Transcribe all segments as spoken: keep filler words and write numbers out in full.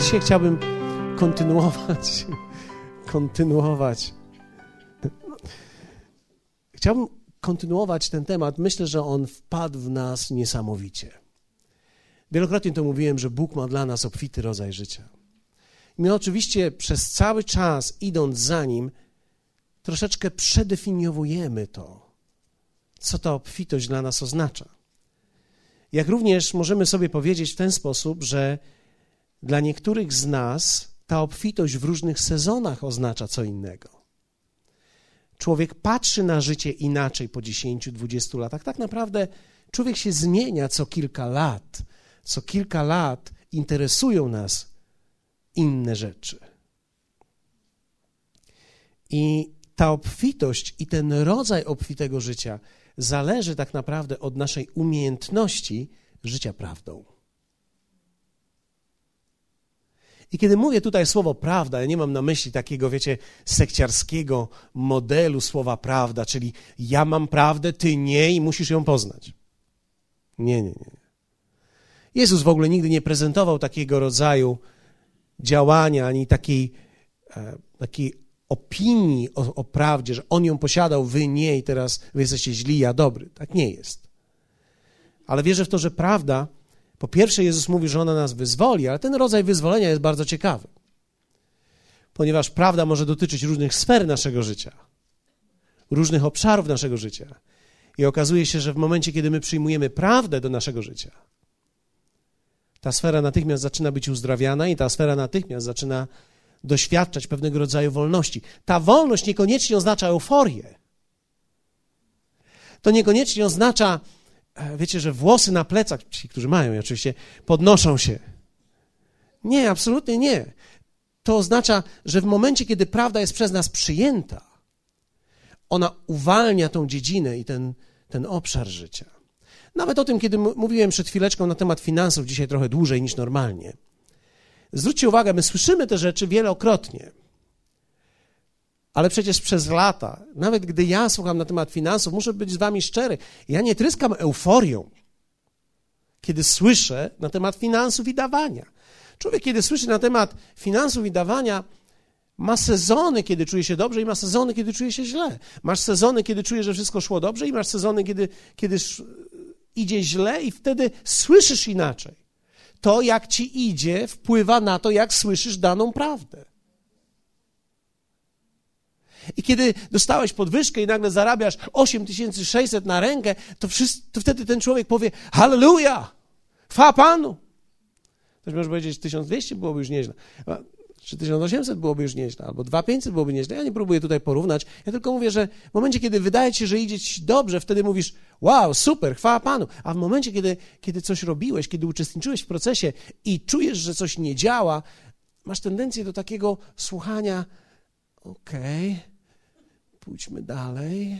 dzisiaj chciałbym kontynuować, kontynuować. Chciałbym kontynuować ten temat. Myślę, że on wpadł w nas niesamowicie. Wielokrotnie to mówiłem, że Bóg ma dla nas obfity rodzaj życia. I my oczywiście przez cały czas, idąc za Nim, troszeczkę przedefiniowujemy to, co ta obfitość dla nas oznacza. Jak również możemy sobie powiedzieć w ten sposób, że dla niektórych z nas ta obfitość w różnych sezonach oznacza co innego. Człowiek patrzy na życie inaczej po dziesięciu, dwudziestu latach. Tak naprawdę człowiek się zmienia co kilka lat. Co kilka lat interesują nas inne rzeczy. I ta obfitość i ten rodzaj obfitego życia zależy tak naprawdę od naszej umiejętności życia prawdą. I kiedy mówię tutaj słowo prawda, ja nie mam na myśli takiego, wiecie, sekciarskiego modelu słowa prawda, czyli ja mam prawdę, ty nie i musisz ją poznać. Nie, nie, nie. Jezus w ogóle nigdy nie prezentował takiego rodzaju działania, ani takiej, e, takiej opinii o, o prawdzie, że on ją posiadał, wy nie i teraz wy jesteście źli, ja dobry. Tak nie jest. Ale wierzę w to, że prawda, po pierwsze Jezus mówi, że ona nas wyzwoli, ale ten rodzaj wyzwolenia jest bardzo ciekawy. Ponieważ prawda może dotyczyć różnych sfer naszego życia, różnych obszarów naszego życia. I okazuje się, że w momencie, kiedy my przyjmujemy prawdę do naszego życia, ta sfera natychmiast zaczyna być uzdrawiana i ta sfera natychmiast zaczyna doświadczać pewnego rodzaju wolności. Ta wolność niekoniecznie oznacza euforię. To niekoniecznie oznacza, wiecie, że włosy na plecach, ci, którzy mają oczywiście, podnoszą się. Nie, absolutnie nie. To oznacza, że w momencie, kiedy prawda jest przez nas przyjęta, ona uwalnia tą dziedzinę i ten, ten obszar życia. Nawet o tym, kiedy m- mówiłem przed chwileczką na temat finansów, dzisiaj trochę dłużej niż normalnie. Zwróćcie uwagę, my słyszymy te rzeczy wielokrotnie, ale przecież przez lata, nawet gdy ja słucham na temat finansów, muszę być z wami szczery, ja nie tryskam euforią, kiedy słyszę na temat finansów i dawania. Człowiek, kiedy słyszy na temat finansów i dawania, ma sezony, kiedy czuje się dobrze i ma sezony, kiedy czuje się źle. Masz sezony, kiedy czujesz, że wszystko szło dobrze i masz sezony, kiedy, kiedy idzie źle i wtedy słyszysz inaczej. To, jak ci idzie, wpływa na to, jak słyszysz daną prawdę. I kiedy dostałeś podwyżkę i nagle zarabiasz osiem tysięcy sześćset na rękę, to, wszyscy, to wtedy ten człowiek powie halleluja, chwała Panu. Ktoś może powiedzieć, tysiąc dwieście byłoby już nieźle, czy tysiąc osiemset byłoby już nieźle, albo dwa tysiące pięćset byłoby nieźle. Ja nie próbuję tutaj porównać, ja tylko mówię, że w momencie, kiedy wydaje ci się, że idzie ci dobrze, wtedy mówisz, wow, super, chwała Panu. A w momencie, kiedy, kiedy coś robiłeś, kiedy uczestniczyłeś w procesie i czujesz, że coś nie działa, masz tendencję do takiego słuchania, okej, okay, pójdźmy dalej,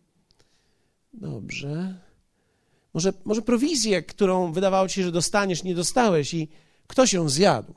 dobrze. Może, może prowizję, którą wydawało ci się, że dostaniesz, nie dostałeś i ktoś ją zjadł.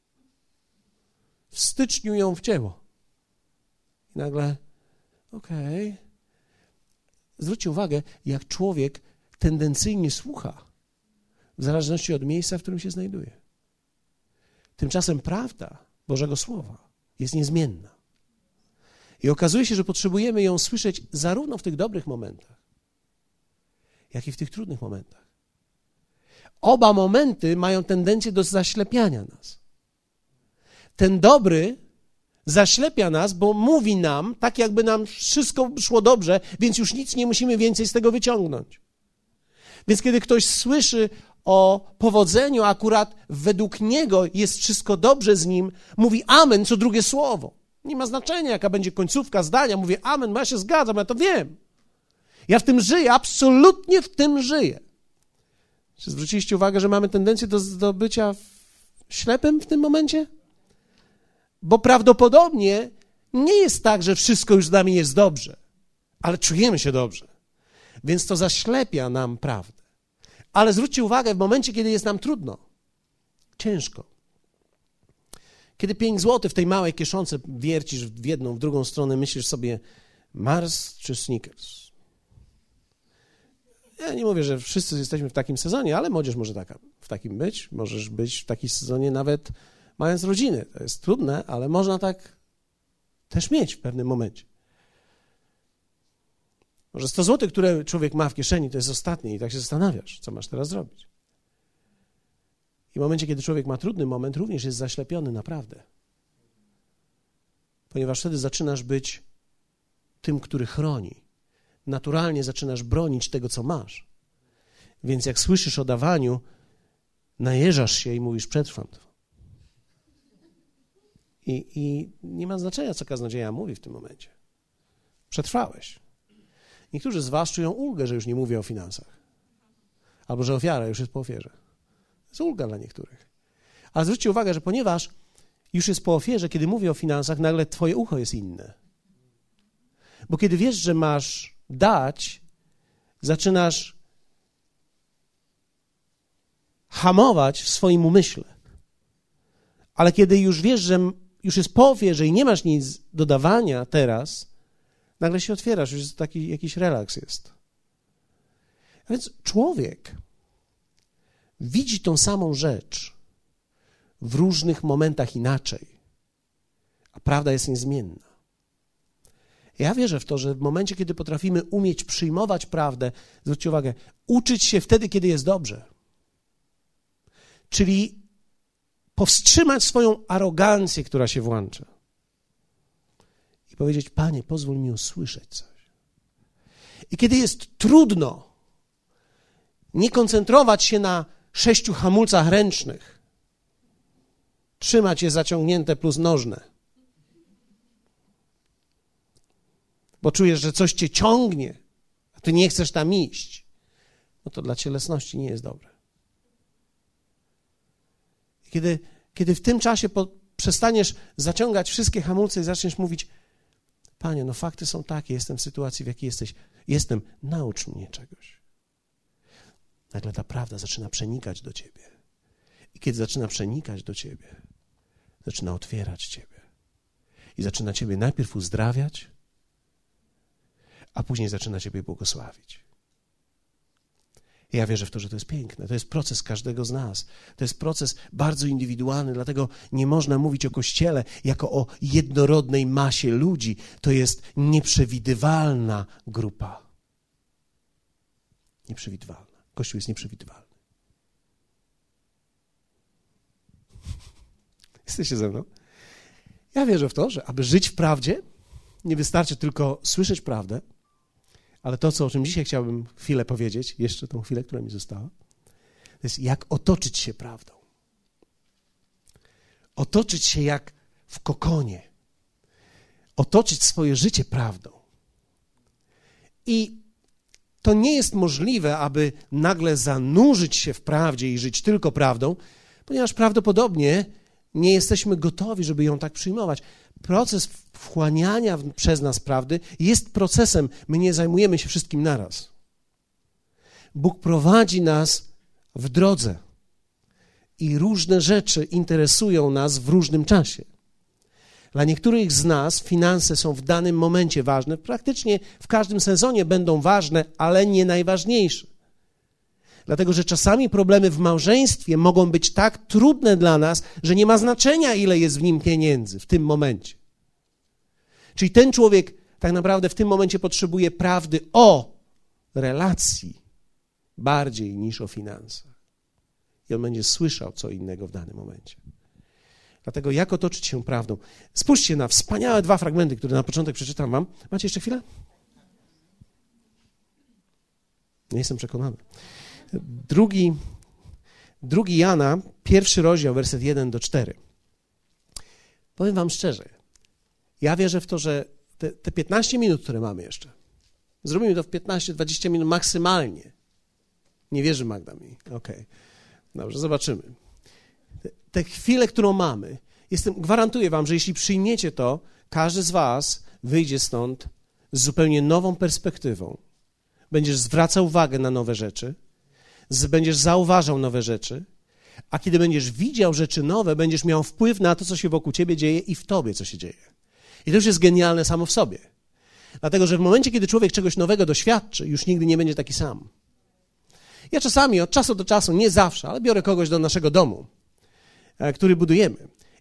W styczniu ją wcięło. I nagle, okej. Okay. Zwróćcie uwagę, jak człowiek tendencyjnie słucha, w zależności od miejsca, w którym się znajduje. Tymczasem prawda Bożego Słowa jest niezmienna. I okazuje się, że potrzebujemy ją słyszeć zarówno w tych dobrych momentach, jak i w tych trudnych momentach. Oba momenty mają tendencję do zaślepiania nas. Ten dobry zaślepia nas, bo mówi nam, tak jakby nam wszystko szło dobrze, więc już nic nie musimy więcej z tego wyciągnąć. Więc kiedy ktoś słyszy o powodzeniu, akurat według niego jest wszystko dobrze z nim, mówi amen co drugie słowo. Nie ma znaczenia, jaka będzie końcówka zdania, mówię amen, bo ja się zgadzam, ja to wiem. Ja w tym żyję, absolutnie w tym żyję. Czy zwróciliście uwagę, że mamy tendencję do, do bycia ślepym w tym momencie? Bo prawdopodobnie nie jest tak, że wszystko już z nami jest dobrze, ale czujemy się dobrze. Więc to zaślepia nam prawdę. Ale zwróćcie uwagę, w momencie, kiedy jest nam trudno, ciężko, kiedy pięć złotych w tej małej kieszonce wiercisz w jedną, w drugą stronę, myślisz sobie Mars czy Snickers. Ja nie mówię, że wszyscy jesteśmy w takim sezonie, ale młodzież może taka, w takim być. Możesz być w takim sezonie nawet mając rodzinę. To jest trudne, ale można tak też mieć w pewnym momencie. Może sto złotych, które człowiek ma w kieszeni, to jest ostatnie i tak się zastanawiasz, co masz teraz zrobić. I w momencie, kiedy człowiek ma trudny moment, również jest zaślepiony naprawdę. Ponieważ wtedy zaczynasz być tym, który chroni. Naturalnie zaczynasz bronić tego, co masz. Więc jak słyszysz o dawaniu, najeżasz się i mówisz, przetrwam to. I, I nie ma znaczenia, co kaznodzieja mówi w tym momencie. Przetrwałeś. Niektórzy z was czują ulgę, że już nie mówię o finansach. Albo, że ofiara już jest po ofierze. To jest ulga dla niektórych. Ale zwróćcie uwagę, że ponieważ już jest po ofierze, kiedy mówię o finansach, nagle twoje ucho jest inne. Bo kiedy wiesz, że masz dać, zaczynasz hamować w swoim umyśle. Ale kiedy już wiesz, że już jest po ofierze i nie masz nic do dawania teraz, nagle się otwierasz, już taki jakiś relaks jest. A więc człowiek widzi tą samą rzecz w różnych momentach inaczej, a prawda jest niezmienna. Ja wierzę w to, że w momencie, kiedy potrafimy umieć przyjmować prawdę, zwróćcie uwagę, uczyć się wtedy, kiedy jest dobrze. Czyli powstrzymać swoją arogancję, która się włącza. I powiedzieć, Panie, pozwól mi usłyszeć coś. I kiedy jest trudno, nie koncentrować się na sześciu hamulcach ręcznych, trzymać je zaciągnięte plus nożne, bo czujesz, że coś cię ciągnie, a ty nie chcesz tam iść, no to dla cielesności nie jest dobre. I kiedy, kiedy w tym czasie po, przestaniesz zaciągać wszystkie hamulce i zaczniesz mówić, Panie, no fakty są takie, jestem w sytuacji, w jakiej jesteś, jestem, naucz mnie czegoś. Nagle ta prawda zaczyna przenikać do ciebie. I kiedy zaczyna przenikać do ciebie, zaczyna otwierać ciebie. I zaczyna ciebie najpierw uzdrawiać, a później zaczyna ciebie błogosławić. I ja wierzę w to, że to jest piękne. To jest proces każdego z nas. To jest proces bardzo indywidualny, dlatego nie można mówić o Kościele jako o jednorodnej masie ludzi. To jest nieprzewidywalna grupa. Nieprzewidywalna. Kościół jest nieprzewidywalny. Jesteście ze mną? Ja wierzę w to, że aby żyć w prawdzie, nie wystarczy tylko słyszeć prawdę, ale to, co, o czym dzisiaj chciałbym chwilę powiedzieć, jeszcze tą chwilę, która mi została, to jest jak otoczyć się prawdą. Otoczyć się jak w kokonie. Otoczyć swoje życie prawdą. I to nie jest możliwe, aby nagle zanurzyć się w prawdzie i żyć tylko prawdą, ponieważ prawdopodobnie nie jesteśmy gotowi, żeby ją tak przyjmować. Proces wchłaniania przez nas prawdy jest procesem. My nie zajmujemy się wszystkim naraz. Bóg prowadzi nas w drodze i różne rzeczy interesują nas w różnym czasie. Dla niektórych z nas finanse są w danym momencie ważne. Praktycznie w każdym sezonie będą ważne, ale nie najważniejsze. Dlatego, że czasami problemy w małżeństwie mogą być tak trudne dla nas, że nie ma znaczenia, ile jest w nim pieniędzy w tym momencie. Czyli ten człowiek tak naprawdę w tym momencie potrzebuje prawdy o relacji bardziej niż o finansach. I on będzie słyszał co innego w danym momencie. Dlatego jak otoczyć się prawdą? Spójrzcie na wspaniałe dwa fragmenty, które na początek przeczytam wam. Macie jeszcze chwilę? Nie jestem przekonany. Drugi, drugi Jana, pierwszy rozdział, werset jeden do czwartego. Powiem wam szczerze, ja wierzę w to, że te, te piętnaście minut, które mamy jeszcze, zrobimy to w piętnaście dwadzieścia minut maksymalnie. Nie wierzy Magda mi. Okej, okay. Dobrze, zobaczymy. Te, te chwile, którą mamy, jestem, gwarantuję wam, że jeśli przyjmiecie to, każdy z was wyjdzie stąd z zupełnie nową perspektywą. Będziesz zwracał uwagę na nowe rzeczy, będziesz zauważał nowe rzeczy, a kiedy będziesz widział rzeczy nowe, będziesz miał wpływ na to, co się wokół ciebie dzieje i w tobie, co się dzieje. I to już jest genialne samo w sobie. Dlatego, że w momencie, kiedy człowiek czegoś nowego doświadczy, już nigdy nie będzie taki sam. Ja czasami, od czasu do czasu, nie zawsze, ale biorę kogoś do naszego domu, który budujemy.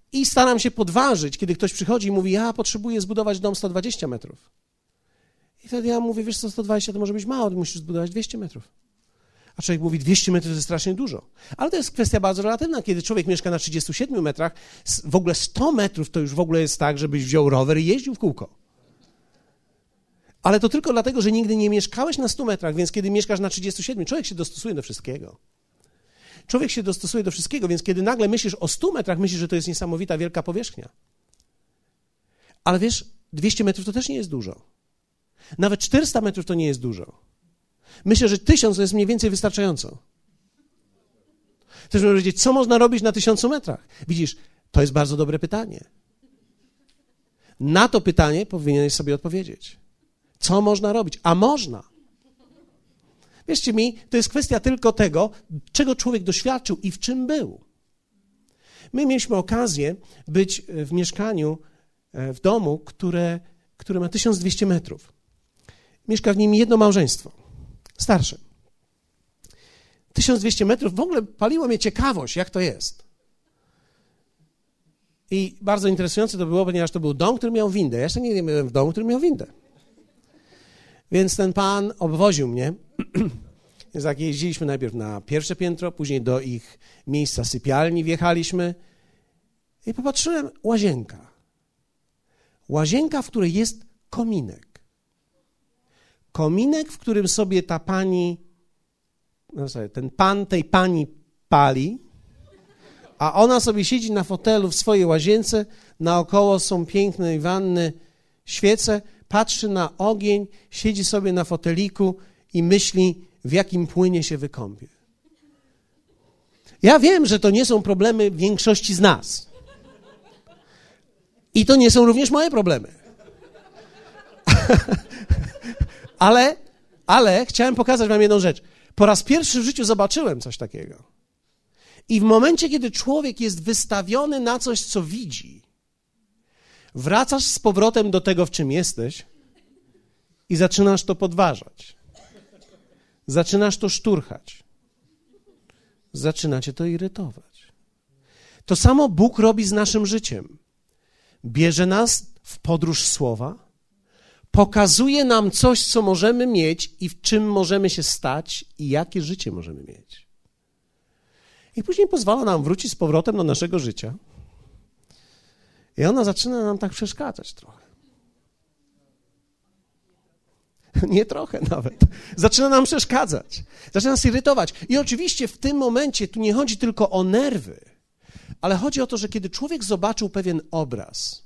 I staram się podważyć, kiedy ktoś przychodzi i mówi, ja potrzebuję zbudować dom sto dwadzieścia metrów. I wtedy ja mówię, wiesz co, sto dwadzieścia to może być mało, musisz zbudować dwieście metrów. A człowiek mówi, dwieście metrów to jest strasznie dużo. Ale to jest kwestia bardzo relatywna. Kiedy człowiek mieszka na trzydziestu siedmiu metrach, w ogóle sto metrów to już w ogóle jest tak, żebyś wziął rower i jeździł w kółko. Ale to tylko dlatego, że nigdy nie mieszkałeś na stu metrach, więc kiedy mieszkasz na trzydziestu siedmiu, człowiek się dostosuje do wszystkiego. Człowiek się dostosuje do wszystkiego, więc kiedy nagle myślisz o stu metrach, myślisz, że to jest niesamowita, wielka powierzchnia. Ale wiesz, dwieście metrów to też nie jest dużo. Nawet czterysta metrów to nie jest dużo. Myślę, że tysiąc to jest mniej więcej wystarczająco. Też można powiedzieć, co można robić na tysiącu metrach? Widzisz, to jest bardzo dobre pytanie. Na to pytanie powinieneś sobie odpowiedzieć. Co można robić? A można. Wierzcie mi, to jest kwestia tylko tego, czego człowiek doświadczył i w czym był. My mieliśmy okazję być w mieszkaniu, w domu, które, które ma tysiąc dwieście metrów. Mieszka w nim jedno małżeństwo, starsze. tysiąc dwieście metrów, w ogóle paliło mnie ciekawość, jak to jest. I bardzo interesujące to było, ponieważ to był dom, który miał windę. Ja jeszcze nigdy nie byłem w domu, który miał windę. Więc ten pan obwoził mnie. Więc tak jeździliśmy najpierw na pierwsze piętro, później do ich miejsca sypialni wjechaliśmy i popatrzyłem, łazienka. Łazienka, w której jest kominek. Kominek, w którym sobie ta pani, no sorry, ten pan tej pani pali, a ona sobie siedzi na fotelu w swojej łazience, naokoło są piękne wanny, świece, patrzy na ogień, siedzi sobie na foteliku i myśli, w jakim płynie się wykąpie. Ja wiem, że to nie są problemy większości z nas. I to nie są również moje problemy. ale, ale chciałem pokazać wam jedną rzecz. Po raz pierwszy w życiu zobaczyłem coś takiego. I w momencie, kiedy człowiek jest wystawiony na coś, co widzi, wracasz z powrotem do tego, w czym jesteś i zaczynasz to podważać. Zaczynasz to szturchać. Zaczyna cię to irytować. To samo Bóg robi z naszym życiem. Bierze nas w podróż słowa, pokazuje nam coś, co możemy mieć i w czym możemy się stać i jakie życie możemy mieć. I później pozwala nam wrócić z powrotem do naszego życia. I ona zaczyna nam tak przeszkadzać trochę. Nie trochę nawet. Zaczyna nam przeszkadzać. Zaczyna nas irytować. I oczywiście w tym momencie tu nie chodzi tylko o nerwy, ale chodzi o to, że kiedy człowiek zobaczył pewien obraz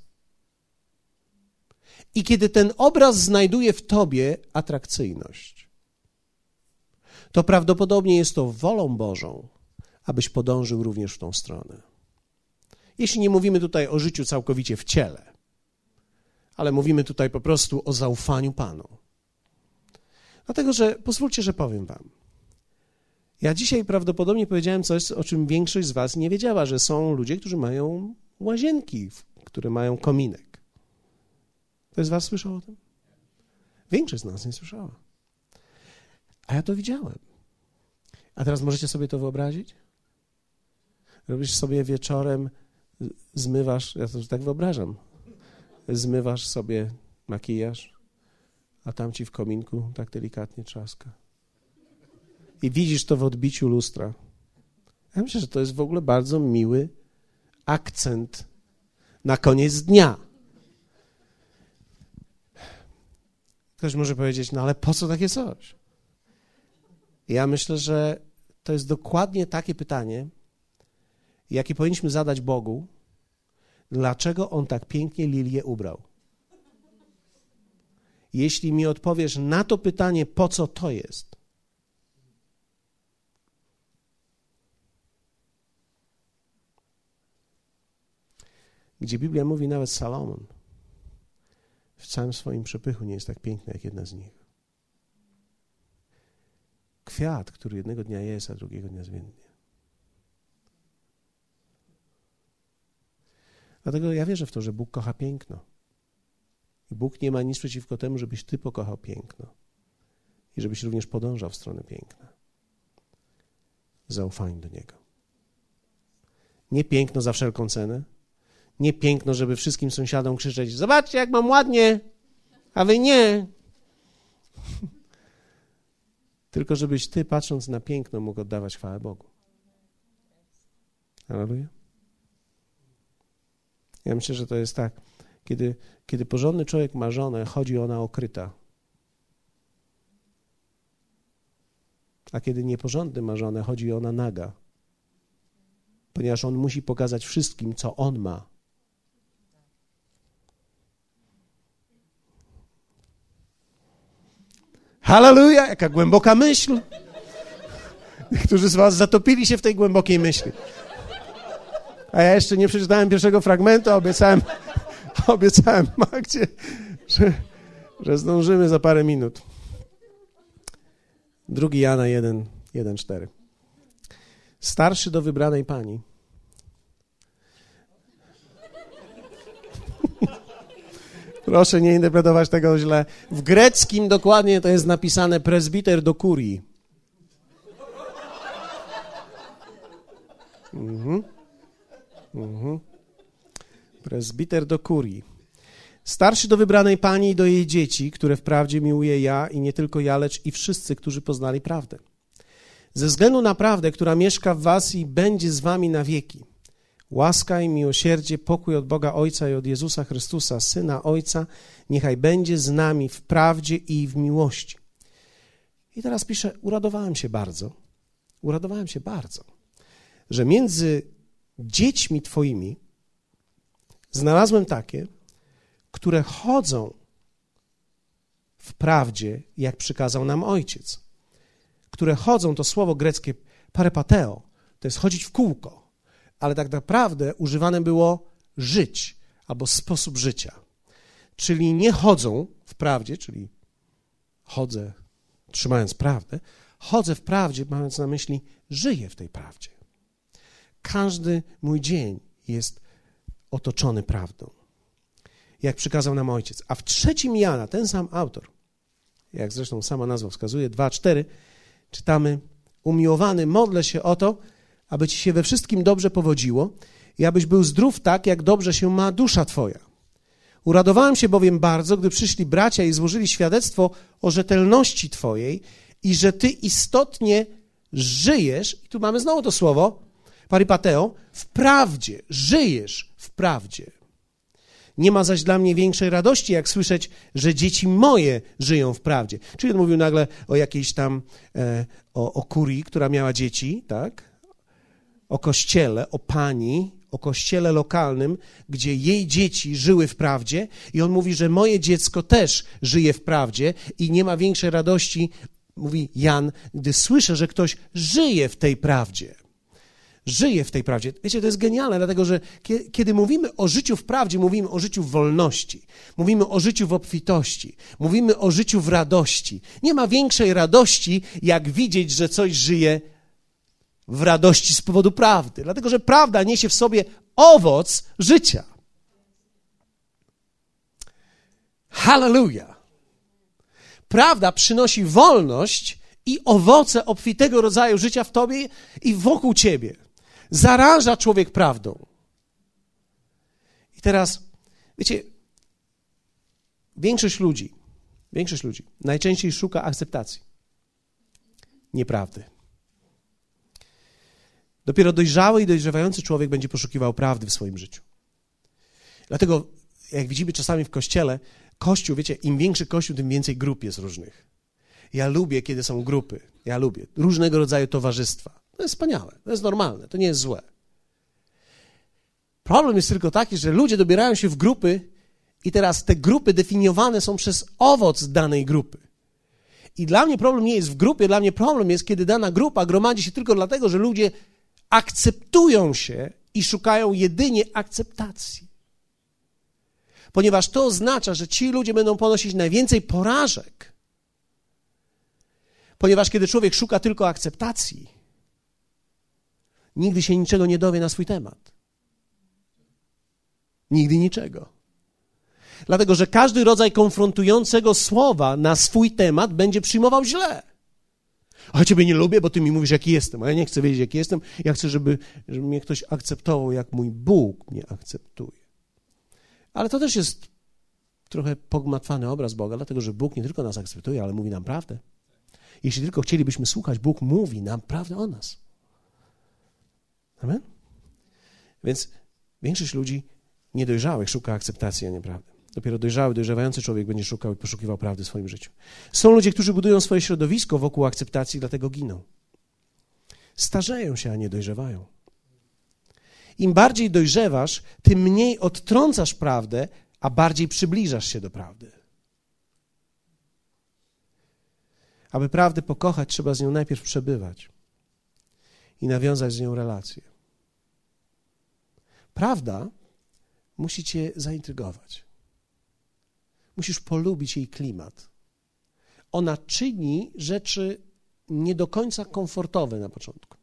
i kiedy ten obraz znajduje w tobie atrakcyjność, to prawdopodobnie jest to wolą Bożą, abyś podążył również w tą stronę. Jeśli nie mówimy tutaj o życiu całkowicie w ciele, ale mówimy tutaj po prostu o zaufaniu Panu. Dlatego, że pozwólcie, że powiem wam. Ja dzisiaj prawdopodobnie powiedziałem coś, o czym większość z was nie wiedziała, że są ludzie, którzy mają łazienki, które mają kominek. Ktoś z was słyszał o tym? Większość z nas nie słyszała. A ja to widziałem. A teraz możecie sobie to wyobrazić? Robisz sobie wieczorem, zmywasz, ja to tak wyobrażam, zmywasz sobie makijaż, a tam ci w kominku tak delikatnie trzaska. I widzisz to w odbiciu lustra. Ja myślę, że to jest w ogóle bardzo miły akcent na koniec dnia. Ktoś może powiedzieć, no ale po co takie coś? Ja myślę, że to jest dokładnie takie pytanie, jakie powinniśmy zadać Bogu, dlaczego On tak pięknie lilię ubrał. Jeśli mi odpowiesz na to pytanie, po co to jest, gdzie Biblia mówi nawet Salomon w całym swoim przepychu nie jest tak piękny jak jedna z nich. Kwiat, który jednego dnia jest, a drugiego dnia zwiędnie. Dlatego ja wierzę w to, że Bóg kocha piękno. I Bóg nie ma nic przeciwko temu, żebyś ty pokochał piękno. I żebyś również podążał w stronę piękna. Zaufanie do Niego. Nie piękno za wszelką cenę, Nie piękno, żeby wszystkim sąsiadom krzyczeć: zobaczcie, jak mam ładnie, a wy nie. Tylko żebyś ty, patrząc na piękno, mógł oddawać chwałę Bogu. Halleluja. Ja myślę, że to jest tak, kiedy, kiedy porządny człowiek ma żonę, chodzi ona okryta. A kiedy nieporządny ma żonę, chodzi ona naga. Ponieważ on musi pokazać wszystkim, co on ma. Halleluja! Jaka głęboka myśl. Niektórzy z was zatopili się w tej głębokiej myśli. A ja jeszcze nie przeczytałem pierwszego fragmentu, a obiecałem, obiecałem Magdzie, że, że zdążymy za parę minut. Drugi Jana jeden, jeden, cztery. Starszy do wybranej pani. Proszę nie interpretować tego źle. W greckim dokładnie to jest napisane prezbiter do kurii. Mhm. Mhm. Prezbiter do kurii. Starszy do wybranej pani i do jej dzieci, które wprawdzie miłuję ja i nie tylko ja, lecz i wszyscy, którzy poznali prawdę. Ze względu na prawdę, która mieszka w was i będzie z wami na wieki. Łaska i miłosierdzie, pokój od Boga Ojca i od Jezusa Chrystusa, Syna Ojca, niechaj będzie z nami w prawdzie i w miłości. I teraz pisze, uradowałem się bardzo, uradowałem się bardzo, że między dziećmi twoimi znalazłem takie, które chodzą w prawdzie, jak przykazał nam Ojciec. Które chodzą, to słowo greckie parepateo, to jest chodzić w kółko, ale tak naprawdę używane było żyć albo sposób życia. Czyli nie chodzą w prawdzie, czyli chodzę trzymając prawdę, chodzę w prawdzie, mając na myśli, żyję w tej prawdzie. Każdy mój dzień jest otoczony prawdą, jak przykazał nam Ojciec. A w trzecim Jana, ten sam autor, jak zresztą sama nazwa wskazuje, dwa, cztery, czytamy: umiłowany, modlę się o to, aby ci się we wszystkim dobrze powodziło i abyś był zdrów tak, jak dobrze się ma dusza twoja. Uradowałem się bowiem bardzo, gdy przyszli bracia i złożyli świadectwo o rzetelności twojej i że ty istotnie żyjesz, i tu mamy znowu to słowo, paripateo, w prawdzie, żyjesz w prawdzie. Nie ma zaś dla mnie większej radości, jak słyszeć, że dzieci moje żyją w prawdzie. Czyli on mówił nagle o jakiejś tam, e, o, o kurii, która miała dzieci, tak? O kościele, o pani, o kościele lokalnym, gdzie jej dzieci żyły w prawdzie i on mówi, że moje dziecko też żyje w prawdzie i nie ma większej radości, mówi Jan, gdy słyszę, że ktoś żyje w tej prawdzie. Żyje w tej prawdzie. Wiecie, to jest genialne, dlatego że kiedy mówimy o życiu w prawdzie, mówimy o życiu w wolności, mówimy o życiu w obfitości, mówimy o życiu w radości. Nie ma większej radości, jak widzieć, że coś żyje w radości z powodu prawdy, dlatego że prawda niesie w sobie owoc życia. Hallelujah! Prawda przynosi wolność i owoce obfitego rodzaju życia w tobie i wokół ciebie. Zaraża człowiek prawdą. I teraz, wiecie, większość ludzi, większość ludzi najczęściej szuka akceptacji, nieprawdy. Dopiero dojrzały i dojrzewający człowiek będzie poszukiwał prawdy w swoim życiu. Dlatego, jak widzimy czasami w kościele, kościół, wiecie, im większy kościół, tym więcej grup jest różnych. Ja lubię, kiedy są grupy. Ja lubię różnego rodzaju towarzystwa. To jest wspaniałe, to jest normalne, to nie jest złe. Problem jest tylko taki, że ludzie dobierają się w grupy i teraz te grupy definiowane są przez owoc danej grupy. I dla mnie problem nie jest w grupie, dla mnie problem jest, kiedy dana grupa gromadzi się tylko dlatego, że ludzie akceptują się i szukają jedynie akceptacji. Ponieważ to oznacza, że ci ludzie będą ponosić najwięcej porażek. Ponieważ kiedy człowiek szuka tylko akceptacji, nigdy się niczego nie dowie na swój temat. Nigdy niczego. Dlatego, że każdy rodzaj konfrontującego słowa na swój temat będzie przyjmował źle. A ja ciebie nie lubię, bo ty mi mówisz, jaki jestem, a ja nie chcę wiedzieć, jaki jestem. Ja chcę, żeby, żeby mnie ktoś akceptował, jak mój Bóg mnie akceptuje. Ale to też jest trochę pogmatwany obraz Boga, dlatego że Bóg nie tylko nas akceptuje, ale mówi nam prawdę. Jeśli tylko chcielibyśmy słuchać, Bóg mówi nam prawdę o nas. Amen? Więc większość ludzi niedojrzałych szuka akceptacji, a nie prawdy. Dopiero dojrzały, dojrzewający człowiek będzie szukał i poszukiwał prawdy w swoim życiu. Są ludzie, którzy budują swoje środowisko wokół akceptacji, dlatego giną. Starzeją się, a nie dojrzewają. Im bardziej dojrzewasz, tym mniej odtrącasz prawdę, a bardziej przybliżasz się do prawdy. Aby prawdę pokochać, trzeba z nią najpierw przebywać i nawiązać z nią relację. Prawda musi cię zaintrygować. Musisz polubić jej klimat. Ona czyni rzeczy nie do końca komfortowe na początku.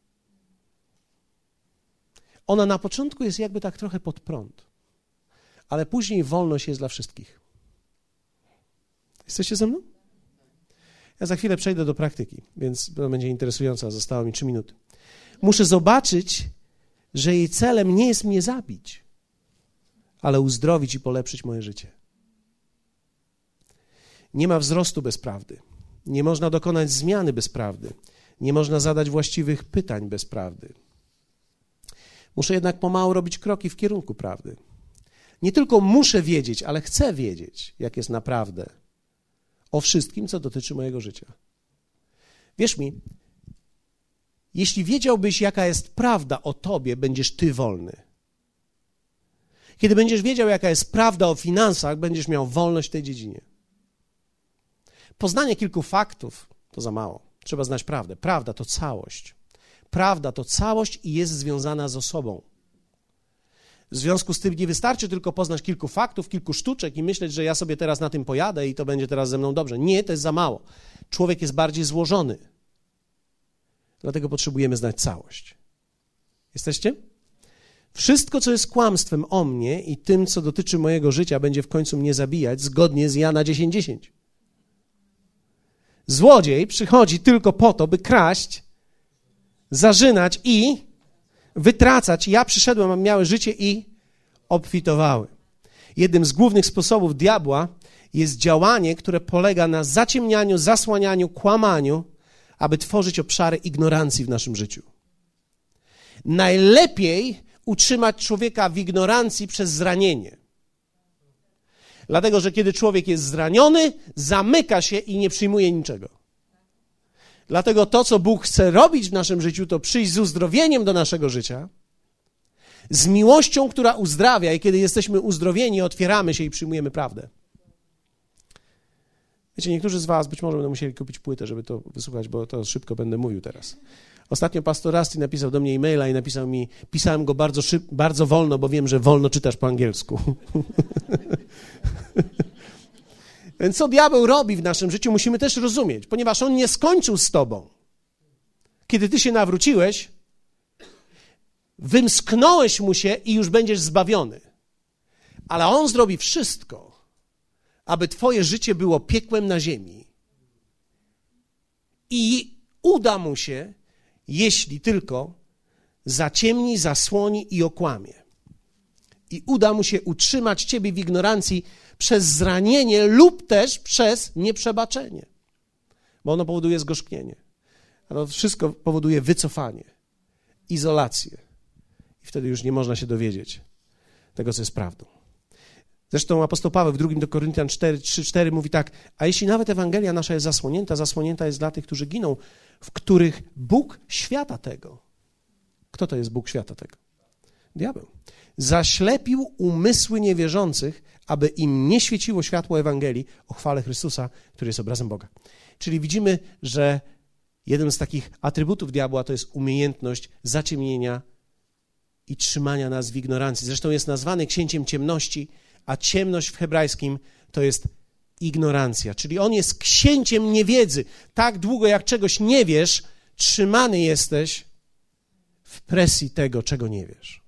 Ona na początku jest jakby tak trochę pod prąd, ale później wolność jest dla wszystkich. Jesteście ze mną? Ja za chwilę przejdę do praktyki, więc to będzie interesujące, zostało mi trzy minuty. Muszę zobaczyć, że jej celem nie jest mnie zabić, ale uzdrowić i polepszyć moje życie. Nie ma wzrostu bez prawdy. Nie można dokonać zmiany bez prawdy. Nie można zadać właściwych pytań bez prawdy. Muszę jednak pomału robić kroki w kierunku prawdy. Nie tylko muszę wiedzieć, ale chcę wiedzieć, jak jest naprawdę o wszystkim, co dotyczy mojego życia. Wierz mi, jeśli wiedziałbyś, jaka jest prawda o tobie, będziesz ty wolny. Kiedy będziesz wiedział, jaka jest prawda o finansach, będziesz miał wolność w tej dziedzinie. Poznanie kilku faktów to za mało. Trzeba znać prawdę. Prawda to całość. Prawda to całość i jest związana z osobą. W związku z tym nie wystarczy tylko poznać kilku faktów, kilku sztuczek i myśleć, że ja sobie teraz na tym pojadę i to będzie teraz ze mną dobrze. Nie, to jest za mało. Człowiek jest bardziej złożony. Dlatego potrzebujemy znać całość. Jesteście? Wszystko, co jest kłamstwem o mnie i tym, co dotyczy mojego życia, będzie w końcu mnie zabijać, zgodnie z Jana dziesięć dziesięć. Złodziej przychodzi tylko po to, by kraść, zarzynać i wytracać. Ja przyszedłem, a miały życie i obfitowały. Jednym z głównych sposobów diabła jest działanie, które polega na zaciemnianiu, zasłanianiu, kłamaniu, aby tworzyć obszary ignorancji w naszym życiu. Najlepiej utrzymać człowieka w ignorancji przez zranienie. Dlatego, że kiedy człowiek jest zraniony, zamyka się i nie przyjmuje niczego. Dlatego to, co Bóg chce robić w naszym życiu, to przyjść z uzdrowieniem do naszego życia, z miłością, która uzdrawia i kiedy jesteśmy uzdrowieni, otwieramy się i przyjmujemy prawdę. Wiecie, niektórzy z was być może będą musieli kupić płytę, żeby to wysłuchać, bo to szybko będę mówił teraz. Ostatnio pastor Rusty napisał do mnie e-maila i napisał mi, pisałem go bardzo, szyb, bardzo wolno, bo wiem, że wolno czytasz po angielsku. Więc co diabeł robi w naszym życiu, musimy też rozumieć, ponieważ on nie skończył z tobą. Kiedy ty się nawróciłeś, wymsknąłeś mu się i już będziesz zbawiony. Ale on zrobi wszystko, aby twoje życie było piekłem na ziemi. I uda mu się, jeśli tylko zaciemni, zasłoni i okłamie. I uda mu się utrzymać ciebie w ignorancji przez zranienie lub też przez nieprzebaczenie. Bo ono powoduje zgorzknienie. A to wszystko powoduje wycofanie, izolację. I wtedy już nie można się dowiedzieć tego, co jest prawdą. Zresztą apostoł Paweł w drugim do Koryntian cztery, trzy, cztery mówi tak, a jeśli nawet Ewangelia nasza jest zasłonięta, zasłonięta jest dla tych, którzy giną, w których Bóg świata tego. Kto to jest Bóg świata tego? Diabeł. Zaślepił umysły niewierzących, aby im nie świeciło światło Ewangelii o chwale Chrystusa, który jest obrazem Boga. Czyli widzimy, że jeden z takich atrybutów diabła to jest umiejętność zaciemnienia i trzymania nas w ignorancji. Zresztą jest nazwany księciem ciemności, a ciemność w hebrajskim to jest ignorancja. Czyli on jest księciem niewiedzy. Tak długo jak czegoś nie wiesz, trzymany jesteś w presji tego, czego nie wiesz.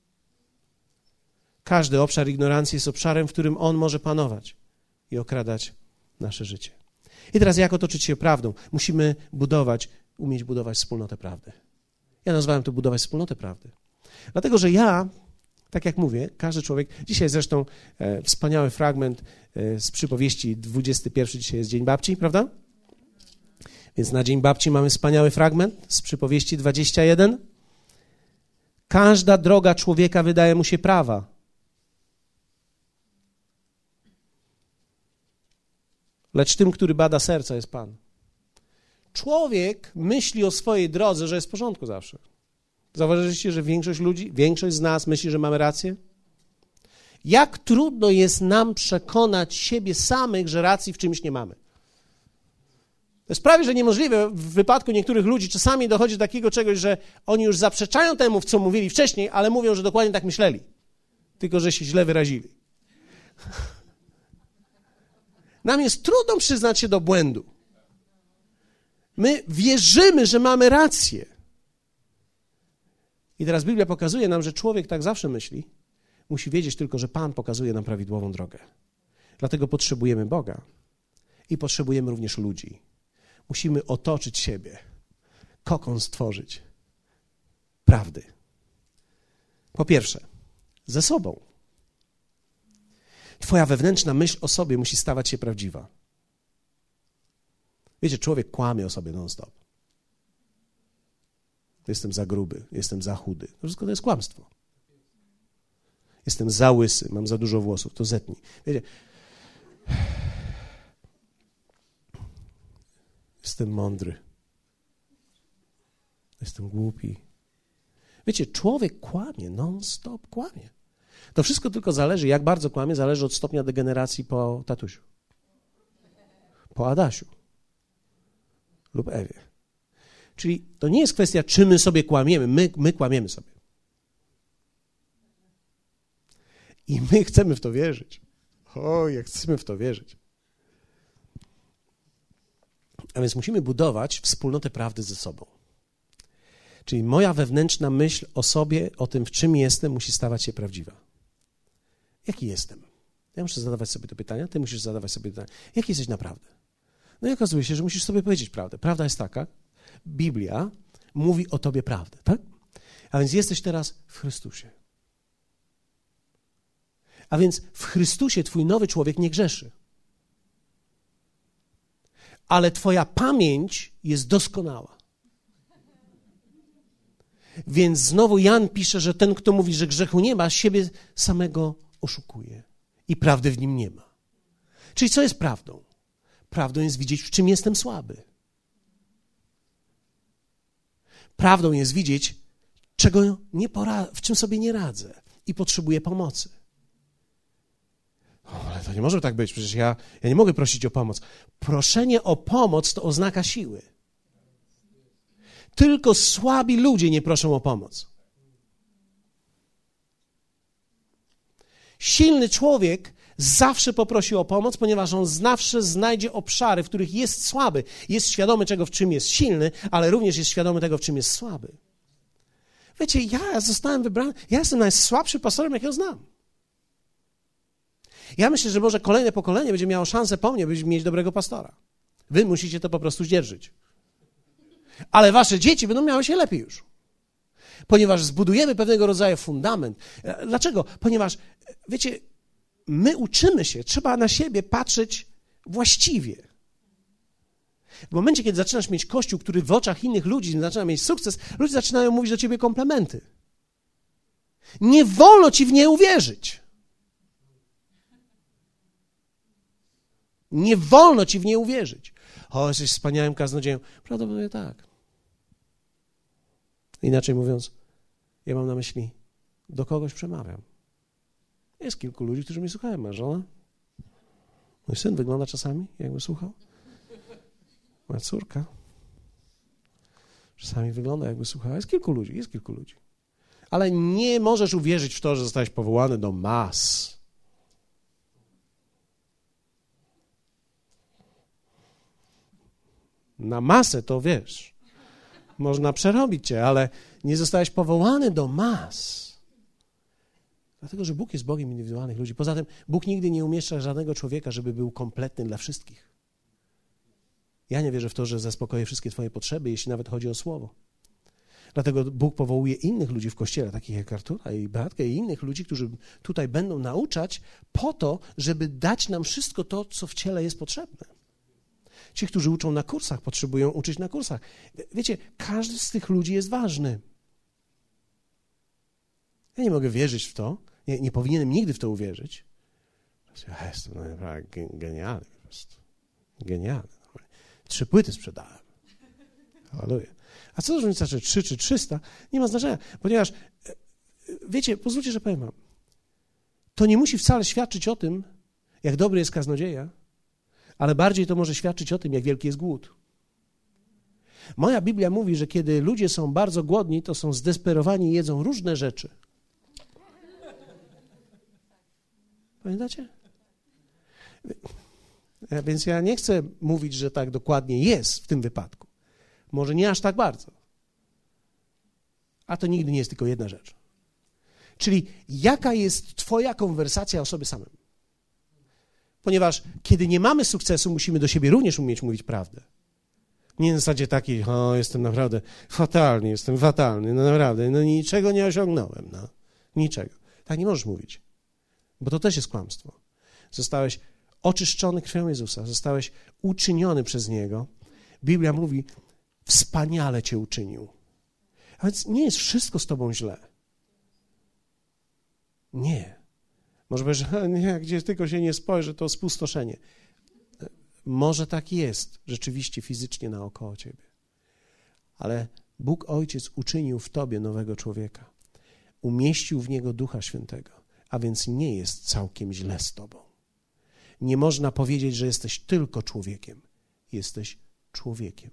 Każdy obszar ignorancji jest obszarem, w którym on może panować i okradać nasze życie. I teraz jak otoczyć się prawdą? Musimy budować, umieć budować wspólnotę prawdy. Ja nazwałem to budować wspólnotę prawdy. Dlatego, że ja Tak jak mówię, każdy człowiek, dzisiaj zresztą e, wspaniały fragment e, z przypowieści dwudziesty pierwszy, dzisiaj jest Dzień Babci, prawda? Więc na Dzień Babci mamy wspaniały fragment z przypowieści dwudziesty pierwszy. Każda droga człowieka wydaje mu się prawa. Lecz tym, który bada serca, jest Pan. Człowiek myśli o swojej drodze, że jest w porządku zawsze. Zauważyliście, że większość ludzi, większość z nas myśli, że mamy rację? Jak trudno jest nam przekonać siebie samych, że racji w czymś nie mamy. To jest prawie, że niemożliwe w wypadku niektórych ludzi. Czasami dochodzi do takiego czegoś, że oni już zaprzeczają temu, co mówili wcześniej, ale mówią, że dokładnie tak myśleli. Tylko, że się źle wyrazili. Nam jest trudno przyznać się do błędu. My wierzymy, że mamy rację. I teraz Biblia pokazuje nam, że człowiek tak zawsze myśli. Musi wiedzieć tylko, że Pan pokazuje nam prawidłową drogę. Dlatego potrzebujemy Boga i potrzebujemy również ludzi. Musimy otoczyć siebie, kokon stworzyć prawdy. Po pierwsze, ze sobą. Twoja wewnętrzna myśl o sobie musi stawać się prawdziwa. Wiecie, człowiek kłamie o sobie non-stop. Jestem za gruby, jestem za chudy. To wszystko to jest kłamstwo. Jestem za łysy, mam za dużo włosów, to zetnij. Wiecie, jestem mądry. Jestem głupi. Wiecie, człowiek kłamie, non-stop kłamie. To wszystko tylko zależy, jak bardzo kłamie, zależy od stopnia degeneracji po tatusiu. Po Adasiu. Lub Ewie. Czyli to nie jest kwestia, czy my sobie kłamiemy. My, my kłamiemy sobie. I my chcemy w to wierzyć. O, jak chcemy w to wierzyć. A więc musimy budować wspólnotę prawdy ze sobą. Czyli moja wewnętrzna myśl o sobie, o tym, w czym jestem, musi stawać się prawdziwa. Jaki jestem? Ja muszę zadawać sobie to pytania, ty musisz zadawać sobie pytania. Jaki jesteś naprawdę? No i okazuje się, że musisz sobie powiedzieć prawdę. Prawda jest taka, Biblia mówi o tobie prawdę, tak? A więc jesteś teraz w Chrystusie. A więc w Chrystusie twój nowy człowiek nie grzeszy. Ale twoja pamięć jest doskonała. Więc znowu Jan pisze, że ten, kto mówi, że grzechu nie ma, siebie samego oszukuje i prawdy w nim nie ma. Czyli co jest prawdą? Prawdą jest widzieć, w czym jestem słaby. Prawdą jest widzieć, czego nie pora- w czym sobie nie radzę i potrzebuję pomocy. O, ale to nie może tak być, przecież ja, ja nie mogę prosić o pomoc. Proszenie o pomoc to oznaka siły. Tylko słabi ludzie nie proszą o pomoc. Silny człowiek zawsze poprosi o pomoc, ponieważ on zawsze znajdzie obszary, w których jest słaby. Jest świadomy tego, w czym jest silny, ale również jest świadomy tego, w czym jest słaby. Wiecie, ja zostałem wybrany, ja jestem najsłabszym pastorem, jakiego znam. Ja myślę, że może kolejne pokolenie będzie miało szansę po mnie, by mieć dobrego pastora. Wy musicie to po prostu zdzierżyć. Ale wasze dzieci będą miały się lepiej już. Ponieważ zbudujemy pewnego rodzaju fundament. Dlaczego? Ponieważ, wiecie, my uczymy się, trzeba na siebie patrzeć właściwie. W momencie, kiedy zaczynasz mieć kościół, który w oczach innych ludzi zaczyna mieć sukces, ludzie zaczynają mówić do ciebie komplementy. Nie wolno ci w nie uwierzyć. Nie wolno ci w nie uwierzyć. O, jesteś wspaniałym kaznodzieją. Prawdopodobnie tak. Inaczej mówiąc, ja mam na myśli, do kogoś przemawiam. Jest kilku ludzi, którzy mnie słuchają. Moja żona, mój syn wygląda czasami, jakby słuchał. Moja córka czasami wygląda, jakby słuchała. Jest kilku ludzi, jest kilku ludzi. Ale nie możesz uwierzyć w to, że zostałeś powołany do mas. Na masę to wiesz, można przerobić cię, ale nie zostałeś powołany do mas. Dlatego, że Bóg jest Bogiem indywidualnych ludzi. Poza tym Bóg nigdy nie umieszcza żadnego człowieka, żeby był kompletny dla wszystkich. Ja nie wierzę w to, że zaspokoję wszystkie twoje potrzeby, jeśli nawet chodzi o słowo. Dlatego Bóg powołuje innych ludzi w Kościele, takich jak Artura i Beatkę i innych ludzi, którzy tutaj będą nauczać po to, żeby dać nam wszystko to, co w ciele jest potrzebne. Ci, którzy uczą na kursach, potrzebują uczyć na kursach. Wiecie, każdy z tych ludzi jest ważny. Ja nie mogę wierzyć w to, nie, nie powinienem nigdy w to uwierzyć. Ja jestem naprawdę genialny po prostu. Genialny. Trzy płyty sprzedałem. Halleluja. A co różnica, czy trzy, czy trzysta? Nie ma znaczenia, ponieważ, wiecie, pozwólcie, że powiem wam, to nie musi wcale świadczyć o tym, jak dobry jest kaznodzieja, ale bardziej to może świadczyć o tym, jak wielki jest głód. Moja Biblia mówi, że kiedy ludzie są bardzo głodni, to są zdesperowani i jedzą różne rzeczy. Pamiętacie? Więc ja nie chcę mówić, że tak dokładnie jest w tym wypadku. Może nie aż tak bardzo. A to nigdy nie jest tylko jedna rzecz. Czyli jaka jest twoja konwersacja o sobie samym? Ponieważ kiedy nie mamy sukcesu, musimy do siebie również umieć mówić prawdę. Nie na zasadzie takiej, o, jestem naprawdę fatalny, jestem fatalny, no naprawdę, no niczego nie osiągnąłem, no, niczego. Tak nie możesz mówić, bo to też jest kłamstwo. Zostałeś oczyszczony krwią Jezusa, zostałeś uczyniony przez Niego. Biblia mówi, wspaniale cię uczynił. A więc nie jest wszystko z tobą źle. Nie. Może powiesz, że nie, gdzie tylko się nie spojrzy, to spustoszenie. Może tak jest rzeczywiście fizycznie naokoło ciebie. Ale Bóg Ojciec uczynił w tobie nowego człowieka. Umieścił w niego Ducha Świętego. A więc nie jest całkiem źle z tobą. Nie można powiedzieć, że jesteś tylko człowiekiem. Jesteś człowiekiem.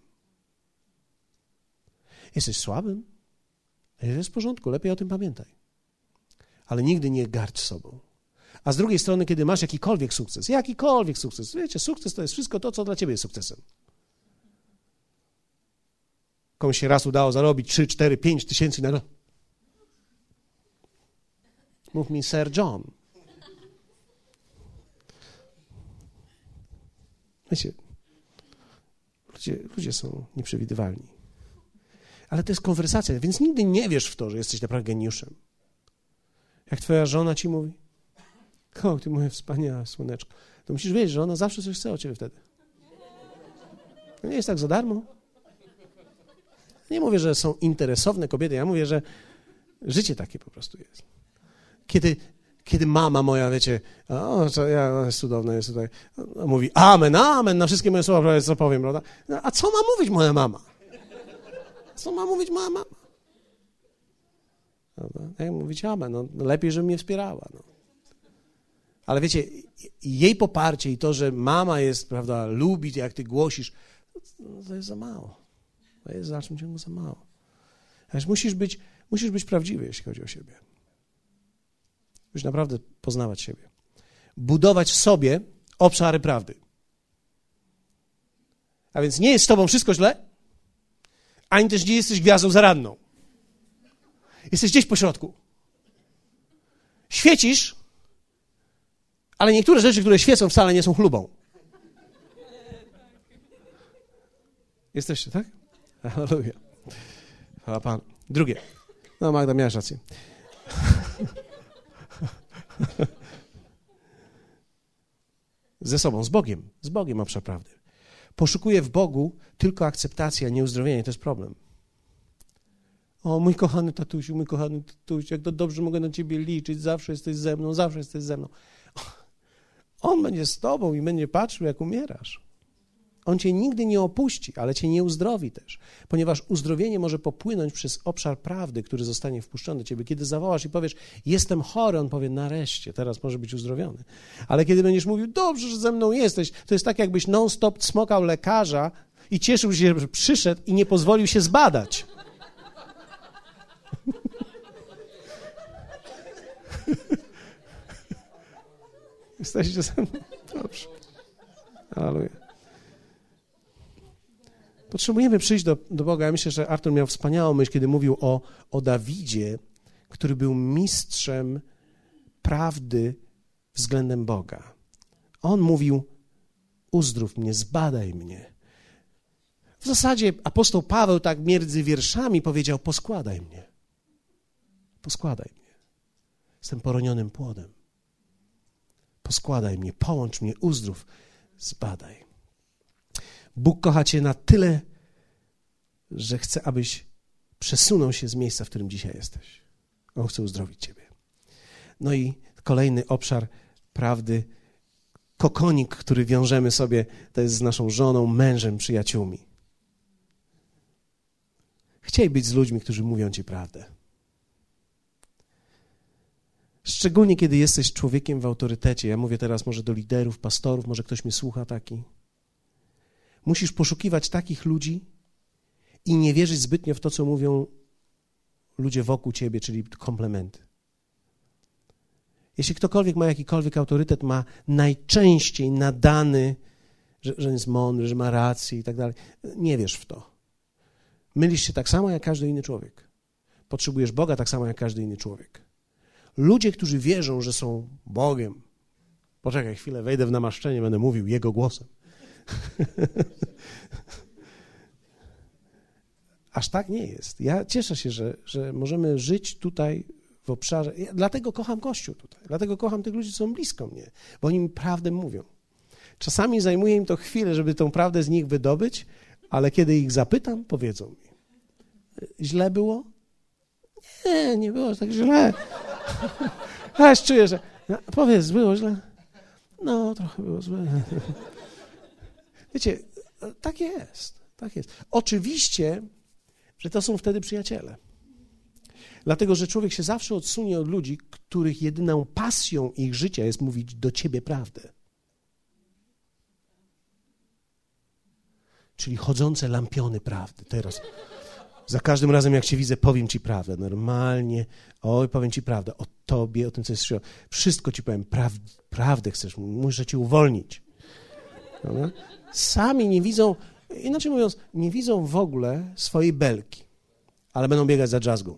Jesteś słabym? Jest w porządku, lepiej o tym pamiętaj. Ale nigdy nie gardź sobą. A z drugiej strony, kiedy masz jakikolwiek sukces, jakikolwiek sukces, wiecie, sukces to jest wszystko to, co dla ciebie jest sukcesem. Komuś się raz udało zarobić trzy, cztery, pięć tysięcy na rok. Mów mi Sir John. Wiecie, ludzie, ludzie są nieprzewidywalni. Ale to jest konwersacja, więc nigdy nie wiesz w to, że jesteś naprawdę geniuszem. Jak twoja żona ci mówi, o, ty moje wspaniałe słoneczko, to musisz wiedzieć, że ona zawsze coś chce o ciebie wtedy. To nie jest tak za darmo. Nie mówię, że są interesowne kobiety, ja mówię, że życie takie po prostu jest. Kiedy, kiedy mama moja, wiecie, o, co ja, jest cudowne, jest tutaj, mówi amen, amen na wszystkie moje słowa, co powiem, prawda? No, a co ma mówić moja mama? Co ma mówić moja mama? Prawda? Jak mówić amen, no, lepiej, żeby mnie wspierała. No. Ale wiecie, jej poparcie i to, że mama jest, prawda, lubi, jak ty głosisz, to jest za mało. To jest w dalszym ciągu za mało. Wiesz, musisz być, musisz być prawdziwy, jeśli chodzi o siebie. Musisz naprawdę poznawać siebie. Budować w sobie obszary prawdy. A więc nie jest z tobą wszystko źle, ani też nie jesteś gwiazdą zaradną. Jesteś gdzieś po środku. Świecisz, ale niektóre rzeczy, które świecą, wcale nie są chlubą. Jesteście, tak? Halleluja. Chwała Panu. Drugie. No, Magda, miałaś rację. Ze sobą, z Bogiem. Z Bogiem obszar prawdy. Poszukuję w Bogu tylko akceptacji, a nie uzdrowienia. To jest problem. O, mój kochany tatusiu, mój kochany tatusiu, jak to dobrze mogę na ciebie liczyć. Zawsze jesteś ze mną, zawsze jesteś ze mną. On będzie z tobą i będzie patrzył, jak umierasz. On cię nigdy nie opuści, ale cię nie uzdrowi też, ponieważ uzdrowienie może popłynąć przez obszar prawdy, który zostanie wpuszczony do ciebie. Kiedy zawołasz i powiesz, jestem chory, on powie, nareszcie, teraz może być uzdrowiony. Ale kiedy będziesz mówił, dobrze, że ze mną jesteś, to jest tak, jakbyś non-stop cmokał lekarza i cieszył się, że przyszedł i nie pozwolił się zbadać. Jesteście ze mną? Dobrze. Halleluja. Potrzebujemy przyjść do, do Boga. Ja myślę, że Artur miał wspaniałą myśl, kiedy mówił o, o Dawidzie, który był mistrzem prawdy względem Boga. On mówił, uzdrów mnie, zbadaj mnie. W zasadzie apostoł Paweł tak między wierszami powiedział, poskładaj mnie. Poskładaj mnie. Jestem poronionym płodem. Poskładaj mnie, połącz mnie, uzdrów, zbadaj. Bóg kocha cię na tyle, że chce, abyś przesunął się z miejsca, w którym dzisiaj jesteś. On chce uzdrowić ciebie. No i kolejny obszar prawdy, kokonik, który wiążemy sobie, to jest z naszą żoną, mężem, przyjaciółmi. Chciej być z ludźmi, którzy mówią ci prawdę. Szczególnie, kiedy jesteś człowiekiem w autorytecie. Ja mówię teraz może do liderów, pastorów, może ktoś mnie słucha taki. Musisz poszukiwać takich ludzi i nie wierzyć zbytnio w to, co mówią ludzie wokół ciebie, czyli komplementy. Jeśli ktokolwiek ma jakikolwiek autorytet, ma najczęściej nadany, że, że jest mądry, że ma rację i tak dalej. Nie wierz w to. Mylisz się tak samo jak każdy inny człowiek. Potrzebujesz Boga tak samo jak każdy inny człowiek. Ludzie, którzy wierzą, że są Bogiem. Poczekaj chwilę, wejdę w namaszczenie, będę mówił Jego głosem. Aż tak nie jest. Ja cieszę się, że, że możemy żyć tutaj w obszarze. Ja dlatego kocham Kościół tutaj. Dlatego kocham tych ludzi, co są blisko mnie, bo oni mi prawdę mówią. Czasami zajmuje im to chwilę, żeby tą prawdę z nich wydobyć, ale kiedy ich zapytam, powiedzą mi. Źle było? Nie, nie było tak źle. Aż czuję, że... No, powiedz, było źle? No, trochę było źle. Wiecie, tak jest, tak jest. Oczywiście, że to są wtedy przyjaciele. Dlatego, że człowiek się zawsze odsunie od ludzi, których jedyną pasją ich życia jest mówić do ciebie prawdę. Czyli chodzące lampiony prawdy. Teraz za każdym razem, jak cię widzę, powiem ci prawdę. Normalnie, oj, powiem ci prawdę o tobie, o tym, co jest w życiu. Wszystko ci powiem, praw, prawdę chcesz, muszę cię uwolnić. Dobra? Sami nie widzą, inaczej mówiąc, nie widzą w ogóle swojej belki, ale będą biegać za drzazgą.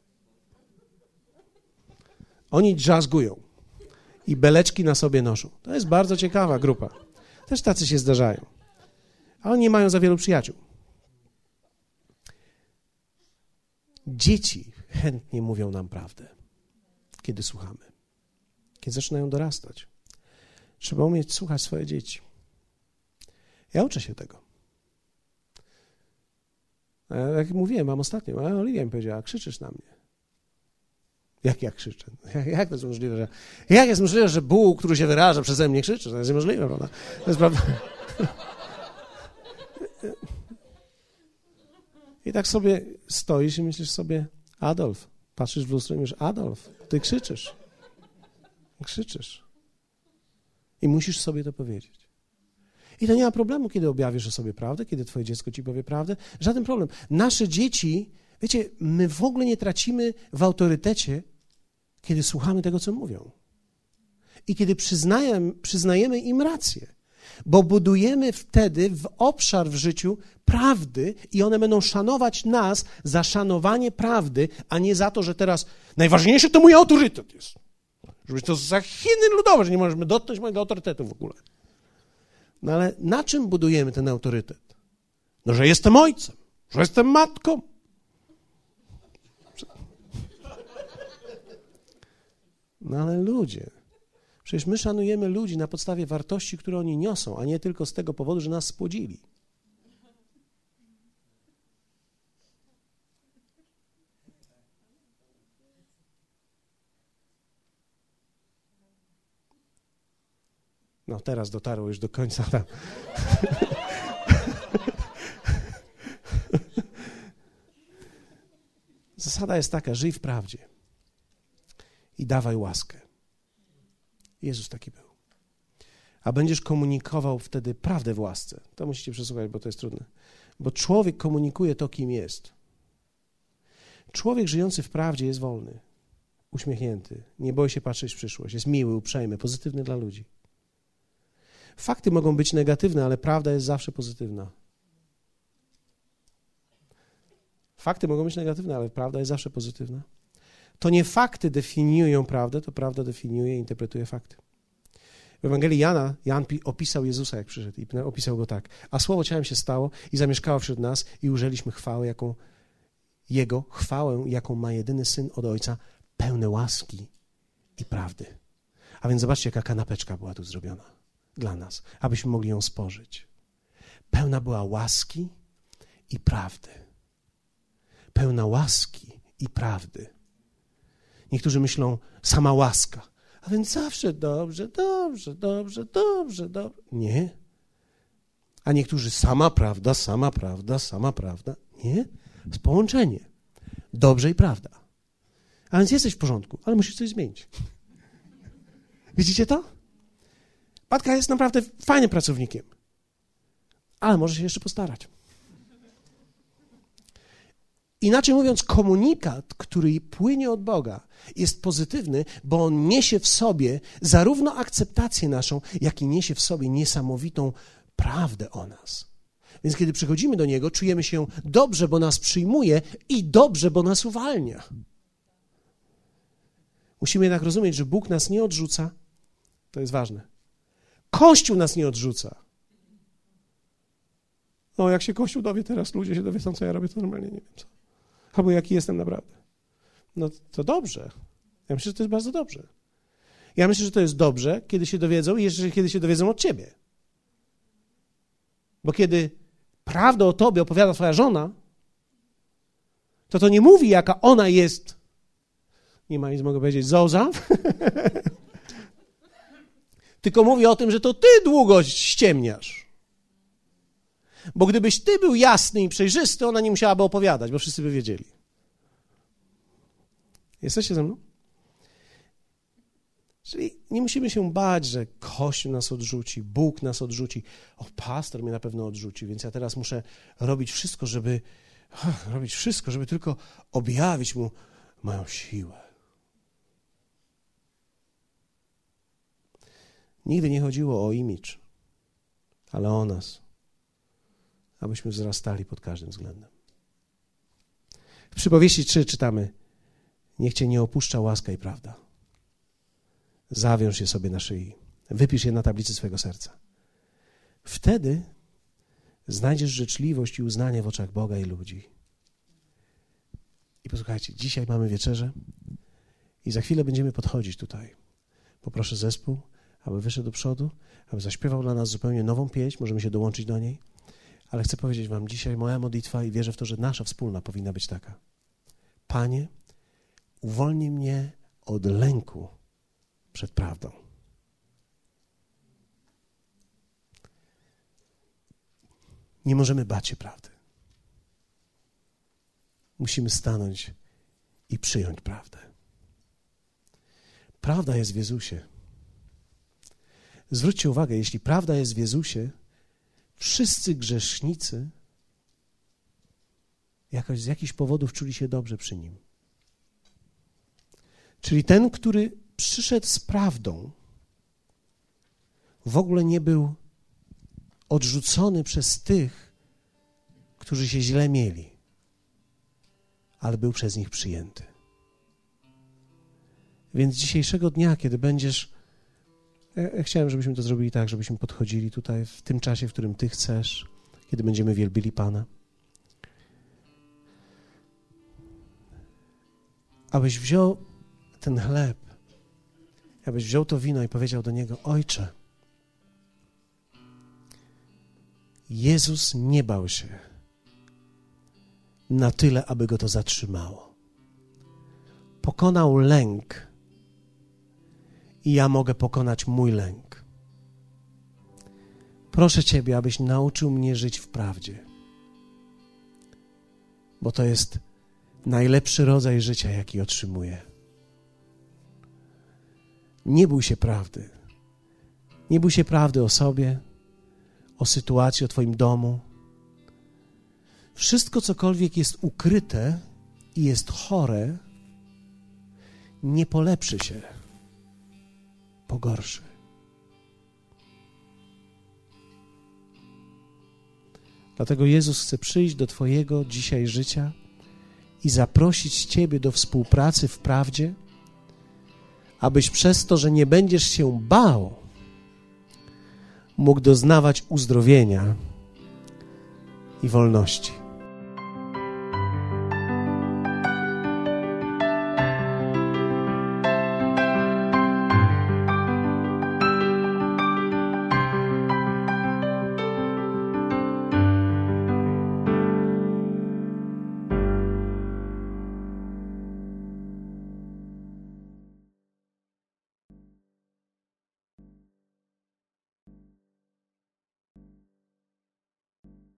Oni drzazgują i beleczki na sobie noszą. To jest bardzo ciekawa grupa. Też tacy się zdarzają. A oni nie mają za wielu przyjaciół. Dzieci chętnie mówią nam prawdę, kiedy słuchamy. Kiedy zaczynają dorastać. Trzeba umieć słuchać swoje dzieci. Ja uczę się tego. Jak mówiłem wam ostatnio, a Oliwia mi powiedziała, krzyczysz na mnie. Jak ja krzyczę? Jak, jak to jest możliwe, że... Jak jest możliwe, że Bóg, który się wyraża przeze mnie, krzyczy? To jest niemożliwe, prawda? To jest prawda. I tak sobie stoisz i myślisz sobie, Adolf, patrzysz w lustro i mówisz, Adolf, ty krzyczysz. Krzyczysz. I musisz sobie to powiedzieć. I to nie ma problemu, kiedy objawisz o sobie prawdę, kiedy twoje dziecko ci powie prawdę. Żaden problem. Nasze dzieci, wiecie, my w ogóle nie tracimy w autorytecie, kiedy słuchamy tego, co mówią. I kiedy przyznajemy, przyznajemy im rację. Bo budujemy wtedy w obszar w życiu prawdy i one będą szanować nas za szanowanie prawdy, a nie za to, że teraz najważniejszy to mój autorytet jest. Żeby to za Chiny ludowe, że nie możemy dotknąć mojego autorytetu w ogóle. No ale na czym budujemy ten autorytet? No, że jestem ojcem, że jestem matką. No ale ludzie, przecież my szanujemy ludzi na podstawie wartości, które oni niosą, a nie tylko z tego powodu, że nas spłodzili. No teraz dotarło już do końca. Tam. Zasada jest taka, żyj w prawdzie i dawaj łaskę. Jezus taki był. A będziesz komunikował wtedy prawdę w łasce. To musicie przesłuchać, bo to jest trudne. Bo człowiek komunikuje to, kim jest. Człowiek żyjący w prawdzie jest wolny, uśmiechnięty, nie boi się patrzeć w przyszłość, jest miły, uprzejmy, pozytywny dla ludzi. Fakty mogą być negatywne, ale prawda jest zawsze pozytywna. Fakty mogą być negatywne, ale prawda jest zawsze pozytywna. To nie fakty definiują prawdę, to prawda definiuje i interpretuje fakty. W Ewangelii Jana Jan opisał Jezusa, jak przyszedł i opisał go tak. A Słowo ciałem się stało i zamieszkało wśród nas i ujrzeliśmy chwałę, jaką Jego, chwałę, jaką ma jedyny Syn od Ojca, pełne łaski i prawdy. A więc zobaczcie, jaka kanapeczka była tu zrobiona dla nas, abyśmy mogli ją spożyć. Pełna była łaski i prawdy. Pełna łaski i prawdy. Niektórzy myślą, sama łaska. A więc zawsze dobrze, dobrze, dobrze, dobrze, dobrze. Nie. A niektórzy sama prawda, sama prawda, sama prawda. Nie. Jest połączenie. Dobrze i prawda. A więc jesteś w porządku, ale musisz coś zmienić. Widzicie to? Patka jest naprawdę fajnym pracownikiem, ale może się jeszcze postarać. Inaczej mówiąc, komunikat, który płynie od Boga, jest pozytywny, bo on niesie w sobie zarówno akceptację naszą, jak i niesie w sobie niesamowitą prawdę o nas. Więc kiedy przychodzimy do Niego, czujemy się dobrze, bo nas przyjmuje i dobrze, bo nas uwalnia. Musimy jednak rozumieć, że Bóg nas nie odrzuca. To jest ważne. Kościół nas nie odrzuca. No, jak się Kościół dowie teraz, ludzie się dowiedzą, co ja robię, to normalnie nie wiem co. Albo jaki jestem naprawdę. No to dobrze. Ja myślę, że to jest bardzo dobrze. Ja myślę, że to jest dobrze, kiedy się dowiedzą i jeszcze kiedy się dowiedzą od ciebie. Bo kiedy prawdę o tobie opowiada twoja żona, to to nie mówi, jaka ona jest, nie ma nic, mogę powiedzieć, zoza, tylko mówi o tym, że to ty długo ściemniasz. Bo gdybyś ty był jasny i przejrzysty, ona nie musiałaby opowiadać, bo wszyscy by wiedzieli. Jesteście ze mną? Czyli nie musimy się bać, że Kościół nas odrzuci, Bóg nas odrzuci. O, pastor mnie na pewno odrzuci, więc ja teraz muszę robić wszystko, żeby ach, robić wszystko, żeby tylko objawić mu moją siłę. Nigdy nie chodziło o imidż, ale o nas, abyśmy wzrastali pod każdym względem. W Przypowieści trzy czytamy: niech cię nie opuszcza łaska i prawda. Zawiąż je sobie na szyi. Wypisz je na tablicy swojego serca. Wtedy znajdziesz życzliwość i uznanie w oczach Boga i ludzi. I posłuchajcie, dzisiaj mamy wieczerzę i za chwilę będziemy podchodzić tutaj. Poproszę zespół, aby wyszedł do przodu, aby zaśpiewał dla nas zupełnie nową pieśń. Możemy się dołączyć do niej. Ale chcę powiedzieć wam, dzisiaj moja modlitwa i wierzę w to, że nasza wspólna powinna być taka. Panie, uwolnij mnie od lęku przed prawdą. Nie możemy bać się prawdy. Musimy stanąć i przyjąć prawdę. Prawda jest w Jezusie. Zwróćcie uwagę, jeśli prawda jest w Jezusie, wszyscy grzesznicy jakoś z jakichś powodów czuli się dobrze przy Nim. Czyli ten, który przyszedł z prawdą, w ogóle nie był odrzucony przez tych, którzy się źle mieli, ale był przez nich przyjęty. Więc dzisiejszego dnia, kiedy będziesz, ja, ja chciałem, żebyśmy to zrobili tak, żebyśmy podchodzili tutaj w tym czasie, w którym Ty chcesz, kiedy będziemy wielbili Pana, abyś wziął ten chleb, abyś wziął to wino i powiedział do Niego: Ojcze, Jezus nie bał się na tyle, aby Go to zatrzymało. Pokonał lęk i ja mogę pokonać mój lęk. Proszę Ciebie, abyś nauczył mnie żyć w prawdzie, bo to jest najlepszy rodzaj życia, jaki otrzymuję. Nie bój się prawdy. Nie bój się prawdy o sobie, o sytuacji, o Twoim domu. Wszystko, cokolwiek jest ukryte i jest chore, nie polepszy się, pogorszy. Dlatego Jezus chce przyjść do Twojego dzisiaj życia i zaprosić Ciebie do współpracy w prawdzie, abyś przez to, że nie będziesz się bał, mógł doznawać uzdrowienia i wolności.